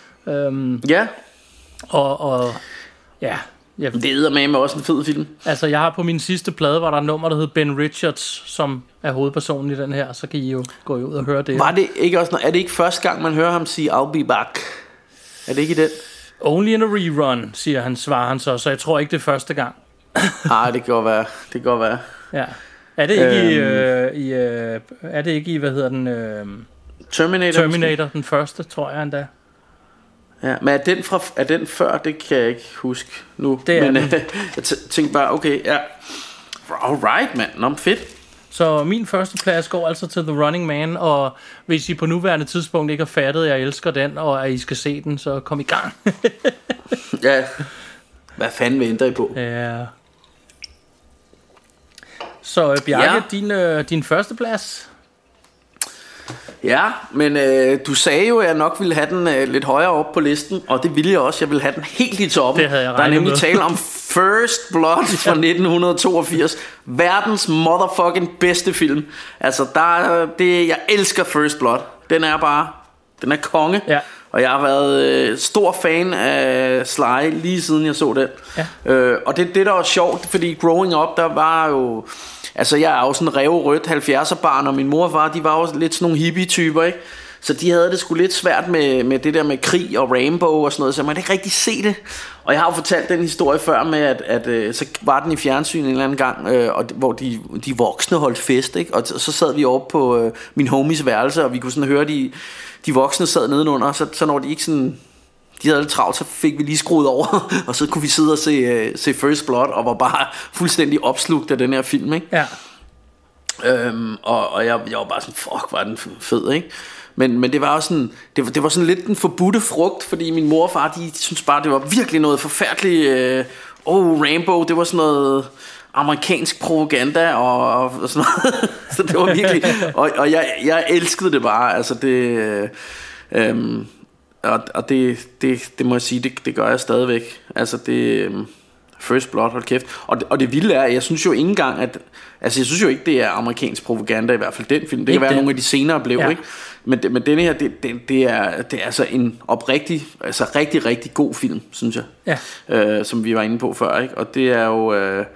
Det æder med også en fed film. Altså jeg har på min sidste plade var der et nummer der hed Ben Richards, som er hovedpersonen i den her. Så kan I jo gå ud og høre det. Var det ikke også er det ikke første gang man hører ham sige I'll be back? Er det ikke i den? Only in a rerun, svarer han så jeg tror ikke det er første gang. Nej, det kan godt være. Ja. Er det ikke er det ikke i hvad hedder den Terminator den første, tror jeg endda. Ja, men er den før, det kan jeg ikke huske nu. Men jeg tænkte bare, okay, ja. Alright, mand. Nå, fedt. Så min første plads går altså til The Running Man. Og hvis I på nuværende tidspunkt ikke har fattet, at jeg elsker den, og at I skal se den, så kom i gang. Ja. Hvad fanden venter I på? Ja. Så Bjarke, din første plads. Ja, men du sagde jo, at jeg nok ville have den lidt højere op på listen, og det ville jeg også. Jeg ville have den helt i toppen. Det havde jeg regnet med. Der er nemlig tale om First Blood fra 1982. Verdens motherfucking bedste film. Altså, jeg elsker First Blood. Den er konge. Ja. Og jeg har været stor fan af Sly lige siden jeg så den. Ja. Og det der var sjovt, fordi growing up, der var jo... Altså jeg er jo sådan en ræverødt 70'er barn, og min mor og far, de var jo lidt sådan nogle hippie-typer, ikke? Så de havde det sgu lidt svært med det der med krig og Rainbow og sådan noget, så man ikke rigtig se det. Og jeg har jo fortalt den historie før med, at så var den i fjernsyn en eller anden gang, hvor de voksne holdt fest, ikke? Og så sad vi oppe på min homies værelse, og vi kunne sådan høre, de voksne sad nedenunder, så når de ikke sådan... De havde lidt travlt, så fik vi lige skruet over, og så kunne vi sidde og se First Blood, og var bare fuldstændig opslugt af den her film, ikke? Ja. Og jeg var bare sådan, fuck, var den fed, ikke? Men det var også sådan, det var sådan lidt den forbudte frugt, fordi min mor og far, de synes bare, det var virkelig noget forfærdeligt. Rainbow, det var sådan noget amerikansk propaganda og sådan noget. Så det var virkelig, og jeg elskede det bare. Altså det, og det må jeg sige, det gør jeg stadigvæk. Altså det, First Blood, hold kæft. Og det vilde er, jeg synes jo ikke engang, at, altså jeg synes jo ikke, det er amerikansk propaganda, i hvert fald den film. Det kan være, nogle af de senere blev, ikke? Men denne her, det er altså en oprigtig, altså rigtig, rigtig god film, synes jeg. Ja. Som vi var inde på før, ikke? Og det er jo,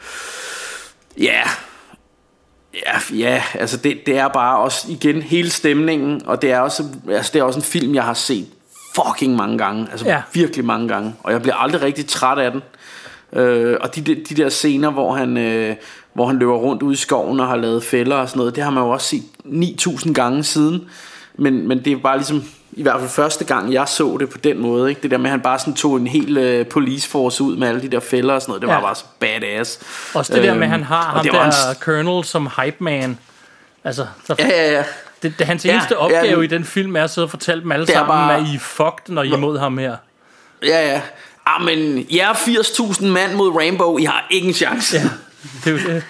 altså det er bare også igen hele stemningen, og det er også, altså det er også en film, jeg har set fucking mange gange, altså virkelig mange gange, og jeg bliver aldrig rigtig træt af den. Og de der scener, hvor han løber rundt ude i skoven og har lavet fælder og sådan noget, det har man jo også set 9.000 gange siden. Men det er bare ligesom, i hvert fald første gang jeg så det på den måde, ikke? Det der med at han bare sådan tog en hel police force ud med alle de der fælder og sådan noget, det var bare så badass. Også det der med at han har ham der Colonel som hype man. Altså det hans eneste opgave i den film er at sidde og fortælle dem alle sammen bare, at I er fucked, når I er imod ham her. Ja men jeg er 80.000 mand mod Rainbow, I har ikke en chance. Det er jo det.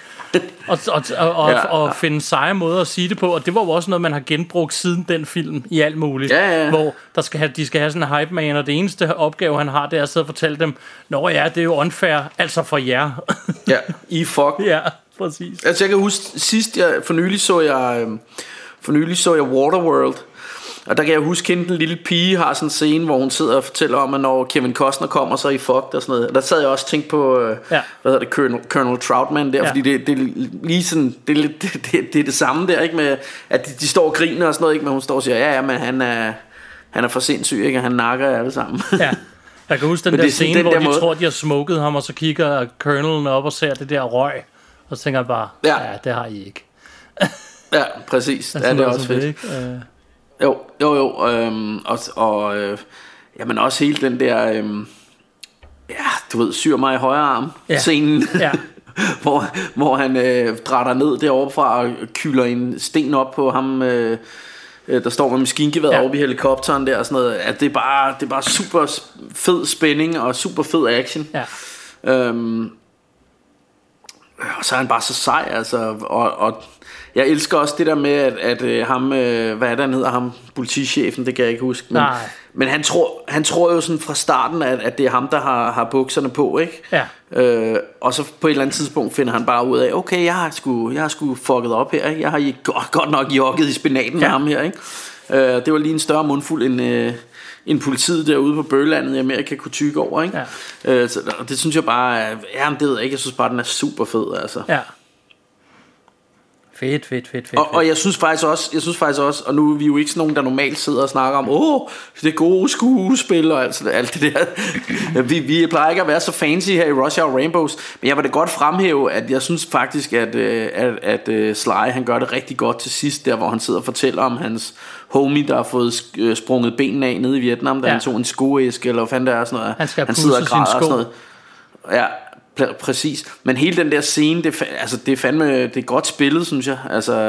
Og finde seje måder at sige det på. Og det var jo også noget, man har genbrugt siden den film i alt muligt. Hvor de skal have sådan en hype man, og det eneste opgave han har, det er at sidde og fortælle dem, nå ja, det er jo unfair, altså for jer. I fuck. Ja, præcis. Altså jeg kan huske sidst for nylig så jeg Waterworld. Og der kan jeg huske, at den lille pige har sådan en scene, hvor hun sidder og fortæller om, at når Kevin Costner kommer, så er I fucked og sådan noget. Og der sad jeg også og tænkte på, hvad hedder det, Colonel Troutman der, fordi det er lige sådan, det er det samme der, ikke, med at de står og griner og sådan noget, ikke, men hun står og siger, men han er for sindssyg, ikke, og han nakker alle sammen. Jeg kan huske den der scene, hvor de tror, de har smukket ham, og så kigger Colonelen op og ser det der røg, og så tænker jeg bare, det har I ikke. Ja, præcis. Det er også fedt. Jo, jamen også hele den der, du ved, syr mig i højre arm scenen, hvor han drætter ned derovre fra og kylder en sten op på ham, der står med maskingeværet oppe i helikopteren der og sådan noget. At det er bare super fed spænding og super fed action. Og så er han bare så sej, altså, og jeg elsker også det der med at ham, hvad er det han hedder, ham politichefen, det kan jeg ikke huske, men han tror jo sådan fra starten at det er ham, der har bukserne på, ikke? Og så på et eller andet tidspunkt finder han bare ud af, okay, jeg har sgu fucket op her, ikke? Jeg har godt nok jogget i spinaten med ham her, ikke? Det var lige en større mundfuld end politiet derude på Bøgelandet i Amerika kunne tykke over, ikke? Så det synes jeg bare, det ved jeg ikke, jeg synes bare den er super fed, altså. Fedt. Og jeg synes faktisk også, og nu er vi jo ikke sådan nogen, der normalt sidder og snakker om, det er gode skuespil og alt det der. Vi plejer ikke at være så fancy her i Rush Hour Rainbows, men jeg vil da godt fremhæve, at jeg synes faktisk, at Sly, han gør det rigtig godt til sidst, der hvor han sidder og fortæller om hans homie, der har fået sprunget benene af nede i Vietnam, da han tog en skoæske, eller hvad fanden der er sådan noget. Han sidder og græder og sådan noget. Ja, præcis. Men hele den der scene, det er fandme, det er godt spillet, synes jeg.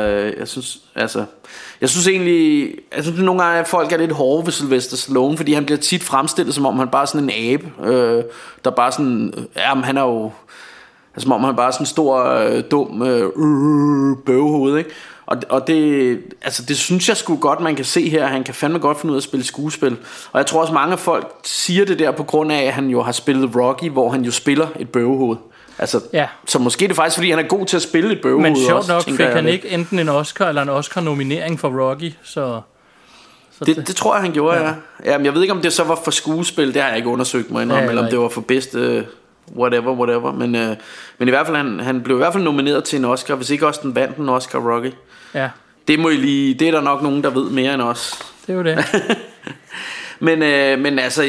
Jeg synes egentlig, nogle gange at folk er lidt hårde ved Sylvester Stallone, fordi han bliver tit fremstillet som om han bare er sådan en abe, der bare sådan, men han er jo, som om han bare er sådan en stor dum bøvehoved, ikke? Og det synes jeg sgu godt man kan se her. Han kan fandme godt finde ud af at spille skuespil. Og jeg tror også mange folk siger det der på grund af at han jo har spillet Rocky, hvor han jo spiller et bøvehoved. Altså, så måske det er faktisk fordi han er god til at spille et bøvehoved. Men sjovt nok fik han ikke enten en Oscar eller en Oscar nominering for Rocky. Så det tror jeg han gjorde. Ja, men jeg ved ikke om det så var for skuespil. Det har jeg ikke undersøgt mig indom, eller om det var for bedste whatever. Men i hvert fald han blev i hvert fald nomineret til en Oscar. Hvis ikke også den vandt en Oscar, Rocky. Det er der nok nogen der ved mere end os. Det er jo det. men altså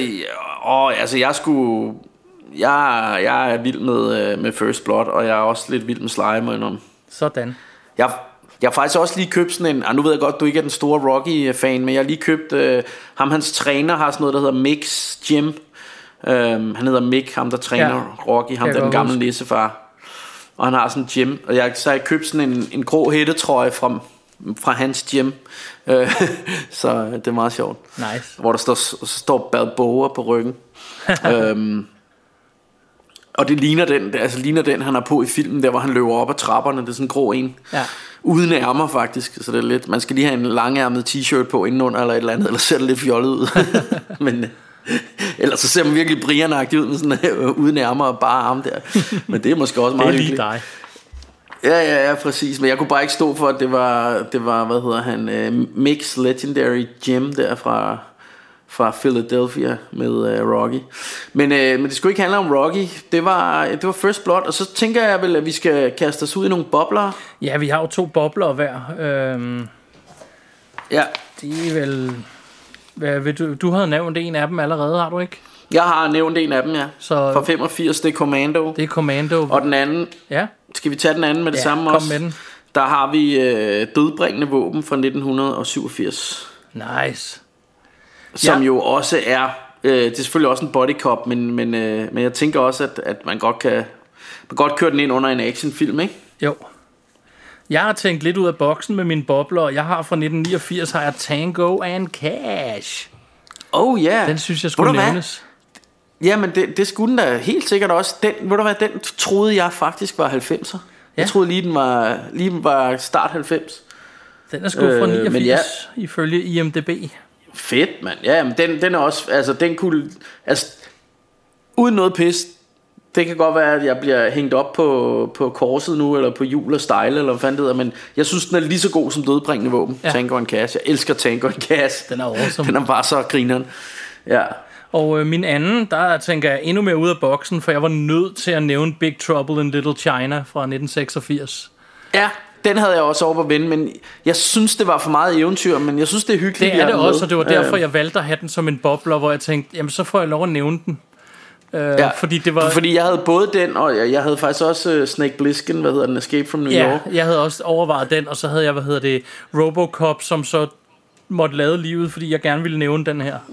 jeg er vild med First Blood, og jeg er også lidt vild med Sly. Sådan. Jeg har faktisk også lige købt sådan en, nu ved jeg godt du ikke er den store Rocky-fan, men jeg har lige købt hans træner har sådan noget der hedder Mix Gym. Han hedder Mick, ham der træner Rocky, ham der den gamle nissefar. Og han har sådan en gym, og så har jeg købt sådan en grå hættetrøje fra hans gym. Så det er meget sjovt. Nice. Hvor der står Balboa på ryggen. Og det ligner den han har på i filmen, der hvor han løber op ad trapperne. Det er sådan en grå en. Ja. Uden ærmer faktisk. Så det er lidt, man skal lige have en langærmet t-shirt på indenunder eller et eller andet, eller ser det lidt fjollet ud. Men ellers så ser man virkelig Brian-agtig ud med sådan uden ærmer og bare arme der. Men det er måske også meget hyggeligt. Det er lige dig. Ja, præcis. Men jeg kunne bare ikke stå for, at det var hvad hedder han, Mick's Legendary Gym der fra Philadelphia med Rocky. Men det skulle ikke handle om Rocky. Det var First Blood. Og så tænker jeg vel, at vi skal kaste os ud i nogle bobler. Ja, vi har jo 2 bobler hver. Ja. Det er vel... Du havde nævnt en af dem allerede, har du ikke? Jeg har nævnt en af dem, ja. Så, fra 85, det er Commando. Det er Commando. Og den anden... Ja. Skal vi tage den anden med det samme også? Med den. Der har vi Dødbringende våben fra 1987. Nice. Som jo også er... det er selvfølgelig også en body cop, men jeg tænker også, at man godt kan køre den ind under en actionfilm, ikke? Jo. Jeg har tænkt lidt ud af boksen med mine bobler, og jeg har fra 1989 har jeg Tango and Cash. Oh ja. Den synes jeg skulle nævnes. Jamen det skulle den da helt sikkert også. Den troede jeg faktisk var 90'er. Ja. Jeg troede lige den var start 90. Den er sgu fra 89 ifølge IMDb. Fedt, mand. Ja, men den er også, altså den kunne, altså uden noget pis. Det kan godt være, at jeg bliver hængt op på korset nu, eller på hjul og style, eller hvad fanden det hedder, men jeg synes, den er lige så god som Dødbringende våben. Ja. Tango and Cash. Jeg elsker Tango and Cash. Den er awesome. Den er bare så grineren. Ja. Og min anden, der tænker jeg endnu mere ud af boksen, for jeg var nødt til at nævne Big Trouble in Little China fra 1986. Ja, den havde jeg også over på vende, men jeg synes, det var for meget eventyr, men jeg synes, det er hyggeligt. Det er det også, og det var derfor, jeg valgte at have den som en bobler, hvor jeg tænkte, jamen så får jeg lov at nævne den. Ja, fordi jeg havde både den, og jeg havde faktisk også Snake Plissken, Escape from New York. Ja, jeg havde også overvejet den, og så havde jeg, Robocop, som så måtte lade livet, fordi jeg gerne ville nævne den her.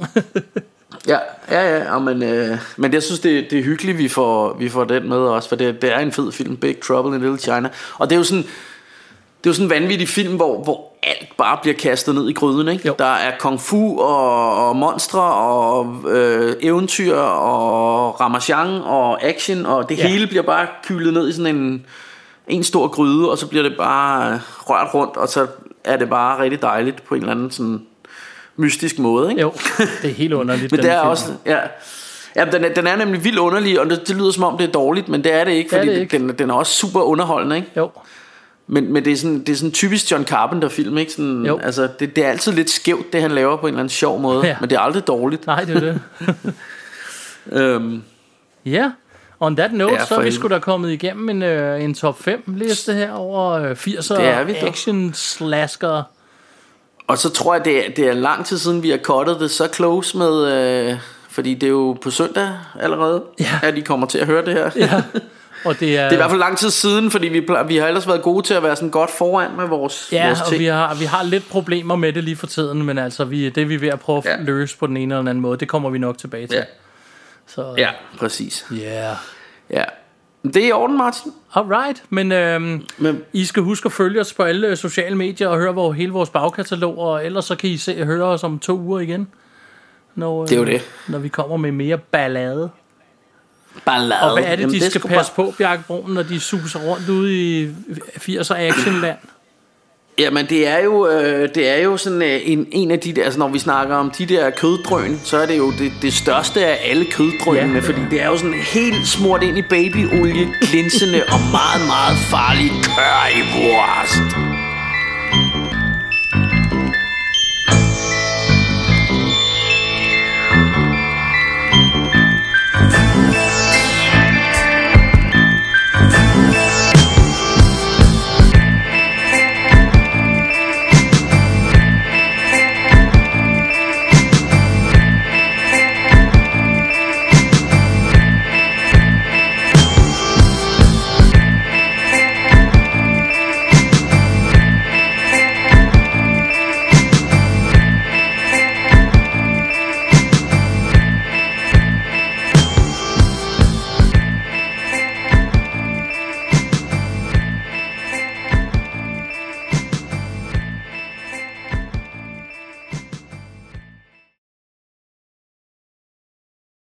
Men jeg synes det er hyggeligt vi får den med også, for det er en fed film, Big Trouble in Little China. Og det er jo sådan en vanvittig film, hvor alt bare bliver kastet ned i gryden, ikke? Der er kung fu og monstre og eventyr og ramachan og action, og det hele bliver bare kylet ned i sådan en stor gryde, og så bliver det bare rørt rundt, og så er det bare rigtig dejligt på en eller anden sådan mystisk måde, ikke? Jo, det er helt underligt. Men det er også, ja, den er nemlig vildt underlig, og det lyder som om det er dårligt, men det er det ikke, fordi den er også super underholdende, ikke? Jo. Men det er sådan typisk John Carpenter film, ikke? Sådan, altså det er altid lidt skævt det han laver på en eller anden sjov måde, men det er aldrig dårligt. Nej, det er det. Ja. On that note, så er vi sgu da kommet igennem en top 5 liste her over 80'er action slasker. Og så tror jeg det er lang tid siden vi har cuttet det så close med fordi det er jo på søndag allerede, at I kommer til at høre det her. Ja. Og det er i hvert fald lang tid siden, fordi vi har ellers været gode til at være sådan godt foran med vores ting. Og vi har lidt problemer med det lige for tiden, men altså det er vi ved at prøve at løse på den ene eller anden måde. Det kommer vi nok tilbage til. Ja, præcis. Ja. Det er i orden, Martin. Alright, men I skal huske at følge os på alle sociale medier og høre hele vores bagkatalog, og ellers så kan I høre os om 2 uger igen, når, det er jo det. Når vi kommer med mere ballade. Og hvad er det, de skal passe på, Bjarke Brun, når de suser rundt ude i 80'er actionland? Jamen det er jo sådan en af de der, altså når vi snakker om de der køddrøn, så er det jo det største af alle køddrønene, fordi det er jo sådan helt smurt ind i babyolie, glinsende og meget, meget farlig currywurst.